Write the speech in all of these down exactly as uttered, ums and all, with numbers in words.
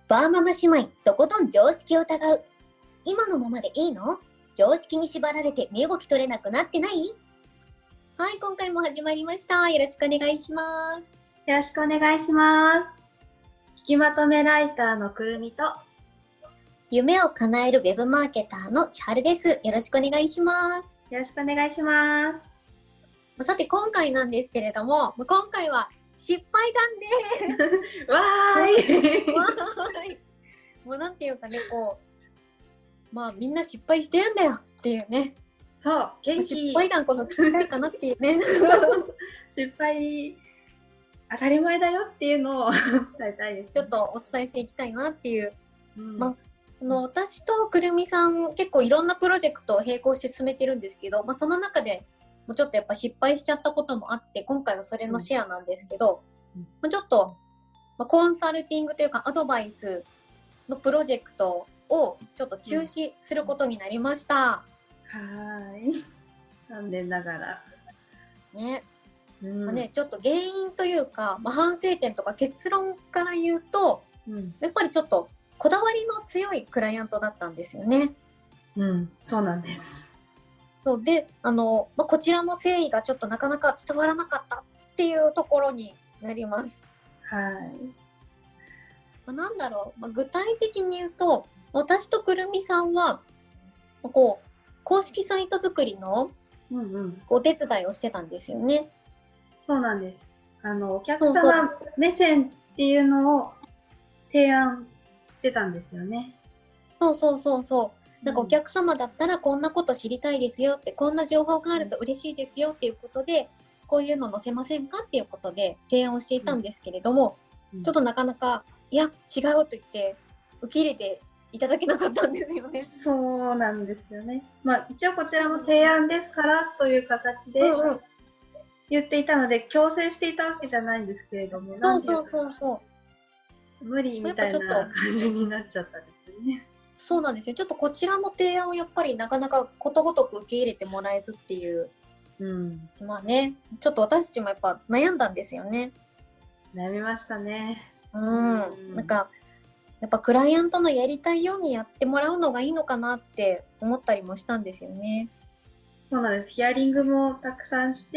バーママ姉妹、とことん常識を疑う。今のままでいいの？常識に縛られて身動き取れなくなってない？はい、今回も始まりました。よろしくお願いします。 よろしくお願いします。聞きまとめライターのくるみと、 夢を叶えるウェブマーケターの千春です。よろしくお願いします。 よろしくお願いします。 さて、今回なんですけれども、今回は失敗談です。 わーいわーい。もうなんていうかね、こう、まあみんな失敗してるんだよっていうね。 そう、元気。 失敗談こそ聞きたいかなっていうね。 失敗、当たり前だよっていうのを伝えたいです、ね。 ちょっとお伝えしていきたいなっていう。 うん、 まあ、その私とくるみさん、結構いろんなプロジェクトを並行して進めてるんですけど、まあその中でもうちょっとやっぱ失敗しちゃったこともあって、今回はそれのシェアなんですけど、うんまあ、ちょっと、まあ、コンサルティングというかアドバイスのプロジェクトをちょっと中止することになりました。 うん、はい。残念ながら。 ね。 うんまあね、ちょっと原因というか、まあ、反省点とか結論から言うと、うん、やっぱりちょっとこだわりの強いクライアントだったんですよね。 うん、そうなんです。 そうで、あの、まあ、こちらの誠意がちょっとなかなか伝わらなかったっていうところになります。 はい。 まあ、なんだろう、まあ、具体的に言うと、私とくるみさんは、こう、公式サイト作りのお手伝いをしてたんですよね。うんうん、 そうなんです。あの、お客様目線っていうのを提案してたんですよね。 そうそうそうそう。なんかお客様だったらこんなこと知りたいですよって、こんな情報があると嬉しいですよっていうことで、こういうの載せませんかっていうことで提案をしていたんですけれども、うん、ちょっとなかなか、いや、違うと言って受け入れていただけなかったんですよね。 そうなんですよね。まあ一応こちらも提案ですからという形で言っていたので、うんうん、強制していたわけじゃないんですけれども、 そうそうそうそう。 無理みたいな感じになっちゃったんですよね。 そうなんですよ。ちょっとこちらの提案をやっぱりなかなかことごとく受け入れてもらえずっていう。うん。まあね、ちょっと私たちもやっぱ悩んだんですよね。 悩みましたね。 うん。うん、なんか、やっぱクライアントのやりたいようにやってもらうのがいいのかなって思ったりもしたんですよね。 そうなんです。ヒアリングもたくさんして、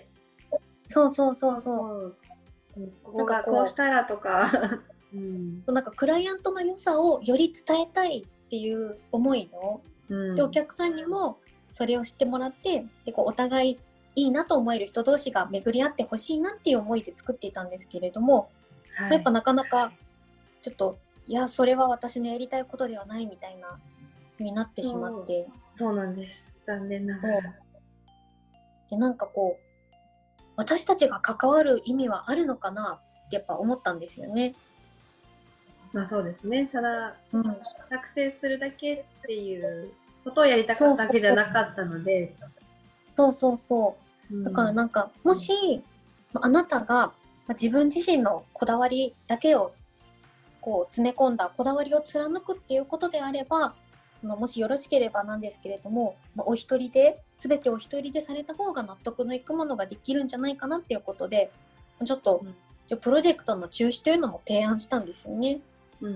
そうそうそうそう。 ここがこうしたらとか。 うん、なんかクライアントの良さをより伝えたいっていう思いの、うん、でお客さんにもそれを知ってもらってでこうお互いいいなと思える人同士が巡り合ってほしいなっていう思いで作っていたんですけれども、はい、やっぱなかなかちょっといやそれは私のやりたいことではないみたいなになってしまって、 そう、そうなんです。残念ながら。 でなんかこう私たちが関わる意味はあるのかなってやっぱ思ったんですよね。 まあそうですね。ただ、うん、作成するだけっていうことをやりたかったわけじゃなかったので。 そうそうそう。うん、だからなんか、もし、うん、あなたが自分自身のこだわりだけをこう詰め込んだこだわりを貫くっていうことであれば、もしよろしければなんですけれども、お一人で、すべてお一人でされた方が納得のいくものができるんじゃないかなっていうことで、ちょっと、うん、プロジェクトの中止というのも提案したんですよね。うんうん、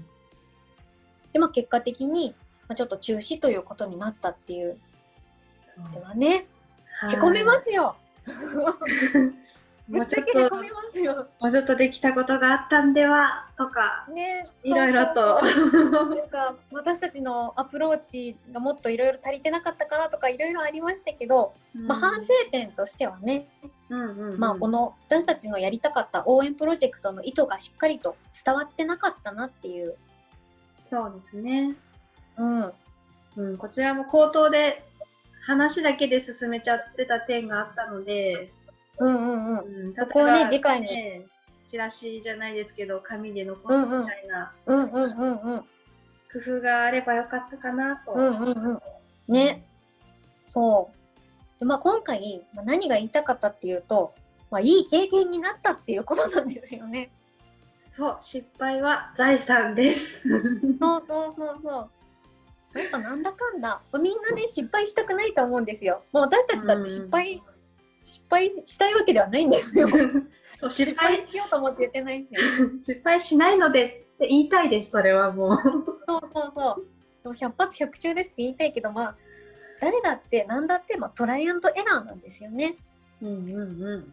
で、まあ、結果的に、まあ、ちょっと中止ということになったっていう。ではね、へこめますよ。ぶっちゃけへこめますよ。 もうちょっとできたことがあったんではとか、ね、いろいろと。 なんか私たちのアプローチがもっといろいろ足りてなかったかなとかいろいろありましたけど、うん、まあ、反省点としてはね、うんうんうん、まあこの私たちのやりたかった応援プロジェクトの意図がしっかりと伝わってなかったなっていう。 そうですね。 うん。 うん、こちらも口頭で話だけで進めちゃってた点があったので、 うんうんうん。うん、そこをね、次回に。 チラシじゃないですけど、紙で残すみたいな、 うんうんうんうん。 工夫があればよかったかなと。 うんうんうん。ね。そう。でまあ、今回、まあ、何が言いたかったっていうと、まあ、いい経験になったっていうことなんですよね。 そう、失敗は財産です。 そうそうそうそう。やっぱなんだかんだ、みんなね、失敗したくないと思うんですよ。もう私たちだって失敗、うん、失敗したいわけではないんですよ。そう失敗しようと思って言ってないですよ。 失敗しないのでっって言いたいです、それはもう。 そうそうそう。でも百発百中ですって言いたいけど、まあ誰だって何だってまあトライアンドエラーなんですよね。 うんうんうん。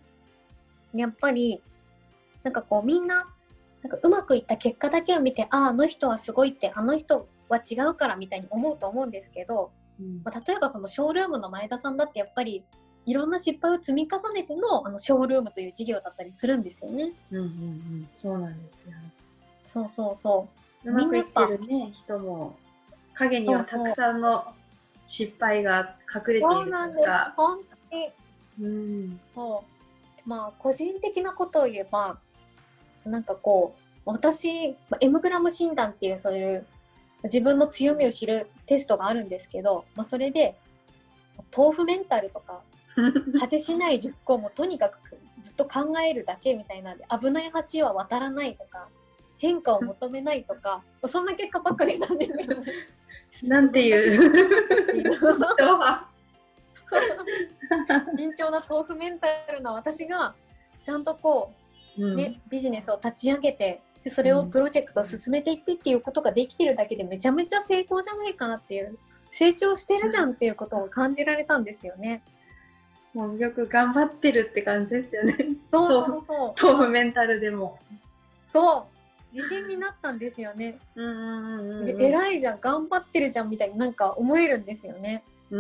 やっぱりなんかこうみんななんかうまくいった結果だけを見て、ああ、あの人はすごいって、あの人は違うからみたいに思うと思うんですけど、 うんまあ、例えばそのショールームの前田さんだってやっぱりいろんな失敗を積み重ねてのあのショールームという事業だったりするんですよね。 うんうんうん、そうなんですよ。 そうそうそう。 うまくいってるね、人も影にはたくさんの失敗が隠れているとそうなんです。本当に。 うん。 そう。まあ個人的なことを言えば、なんかこう私、まあ、エムグラム診断っていうそういう自分の強みを知るテストがあるんですけど、まあ、それで豆腐メンタルとか果てしないじゅっこもとにかくずっと考えるだけみたいなんで、危ない橋は渡らないとか変化を求めないとかそんな結果ばっかりなんですよね。 なんていう慎重な豆腐メンタルな私がちゃんとこう、ね、うん、ビジネスを立ち上げて、でそれをプロジェクトを進めていってっていうことができてるだけでめちゃめちゃ成功じゃないかなっていう、成長してるじゃんっていうことを感じられたんですよね。 もうよく頑張ってるって感じですよね。 そうそうそう。 豆腐メンタルでも。 そう。自信になったんですよね。 うんうんうんうん、 偉いじゃん、頑張ってるじゃんみたいになんか思えるんですよね。 うん。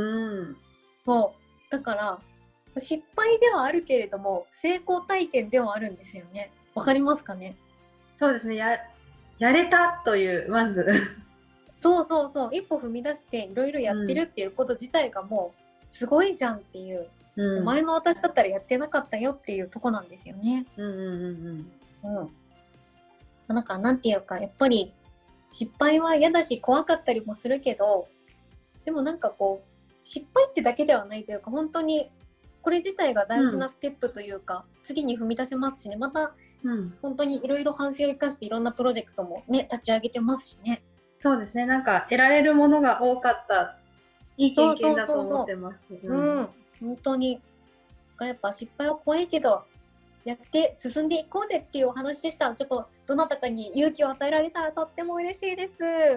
そう。だから失敗ではあるけれども成功体験ではあるんですよね。わかりますかね？ そうですね。や、やれたという、まず。 そうそうそう。一歩踏み出していろいろやってるっていうこと自体がもうすごいじゃんっていう。うん、前の私だったらやってなかったよっていうとこなんですよね。 うんうんうんうん。 うん。だからなんていうか、やっぱり失敗は嫌だし怖かったりもするけど、でもなんかこう失敗ってだけではないというか、本当にこれ自体が大事なステップというか、うん、次に踏み出せますしね。また、うん、本当にいろいろ反省を生かしていろんなプロジェクトもね立ち上げてますしね。 そうですね。なんか得られるものが多かった、いい経験だと思ってます。 うん、本当に。だからやっぱ失敗は怖いけどやって進んでいこうぜっていうお話でした。ちょっとどなたかに勇気を与えられたらとっても嬉しいです。はい。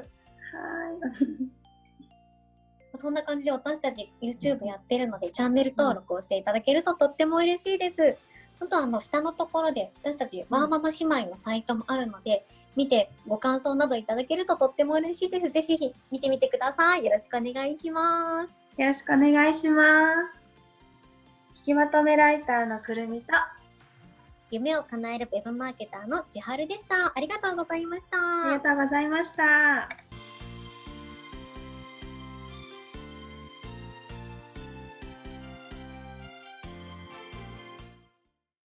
そんな感じで私たち YouTube やってるのでチャンネル登録をしていただけるととっても嬉しいです。あとあの下のところで私たちワーママ姉妹のサイトもあるので、見てご感想などいただけるととっても嬉しいです。ぜひぜひ見てみてください。よろしくお願いします。 よろしくお願いします。引きまとめライターのくるみと夢を叶えるウェブマーケターの千春でした。ありがとうございました。 ありがとうございました。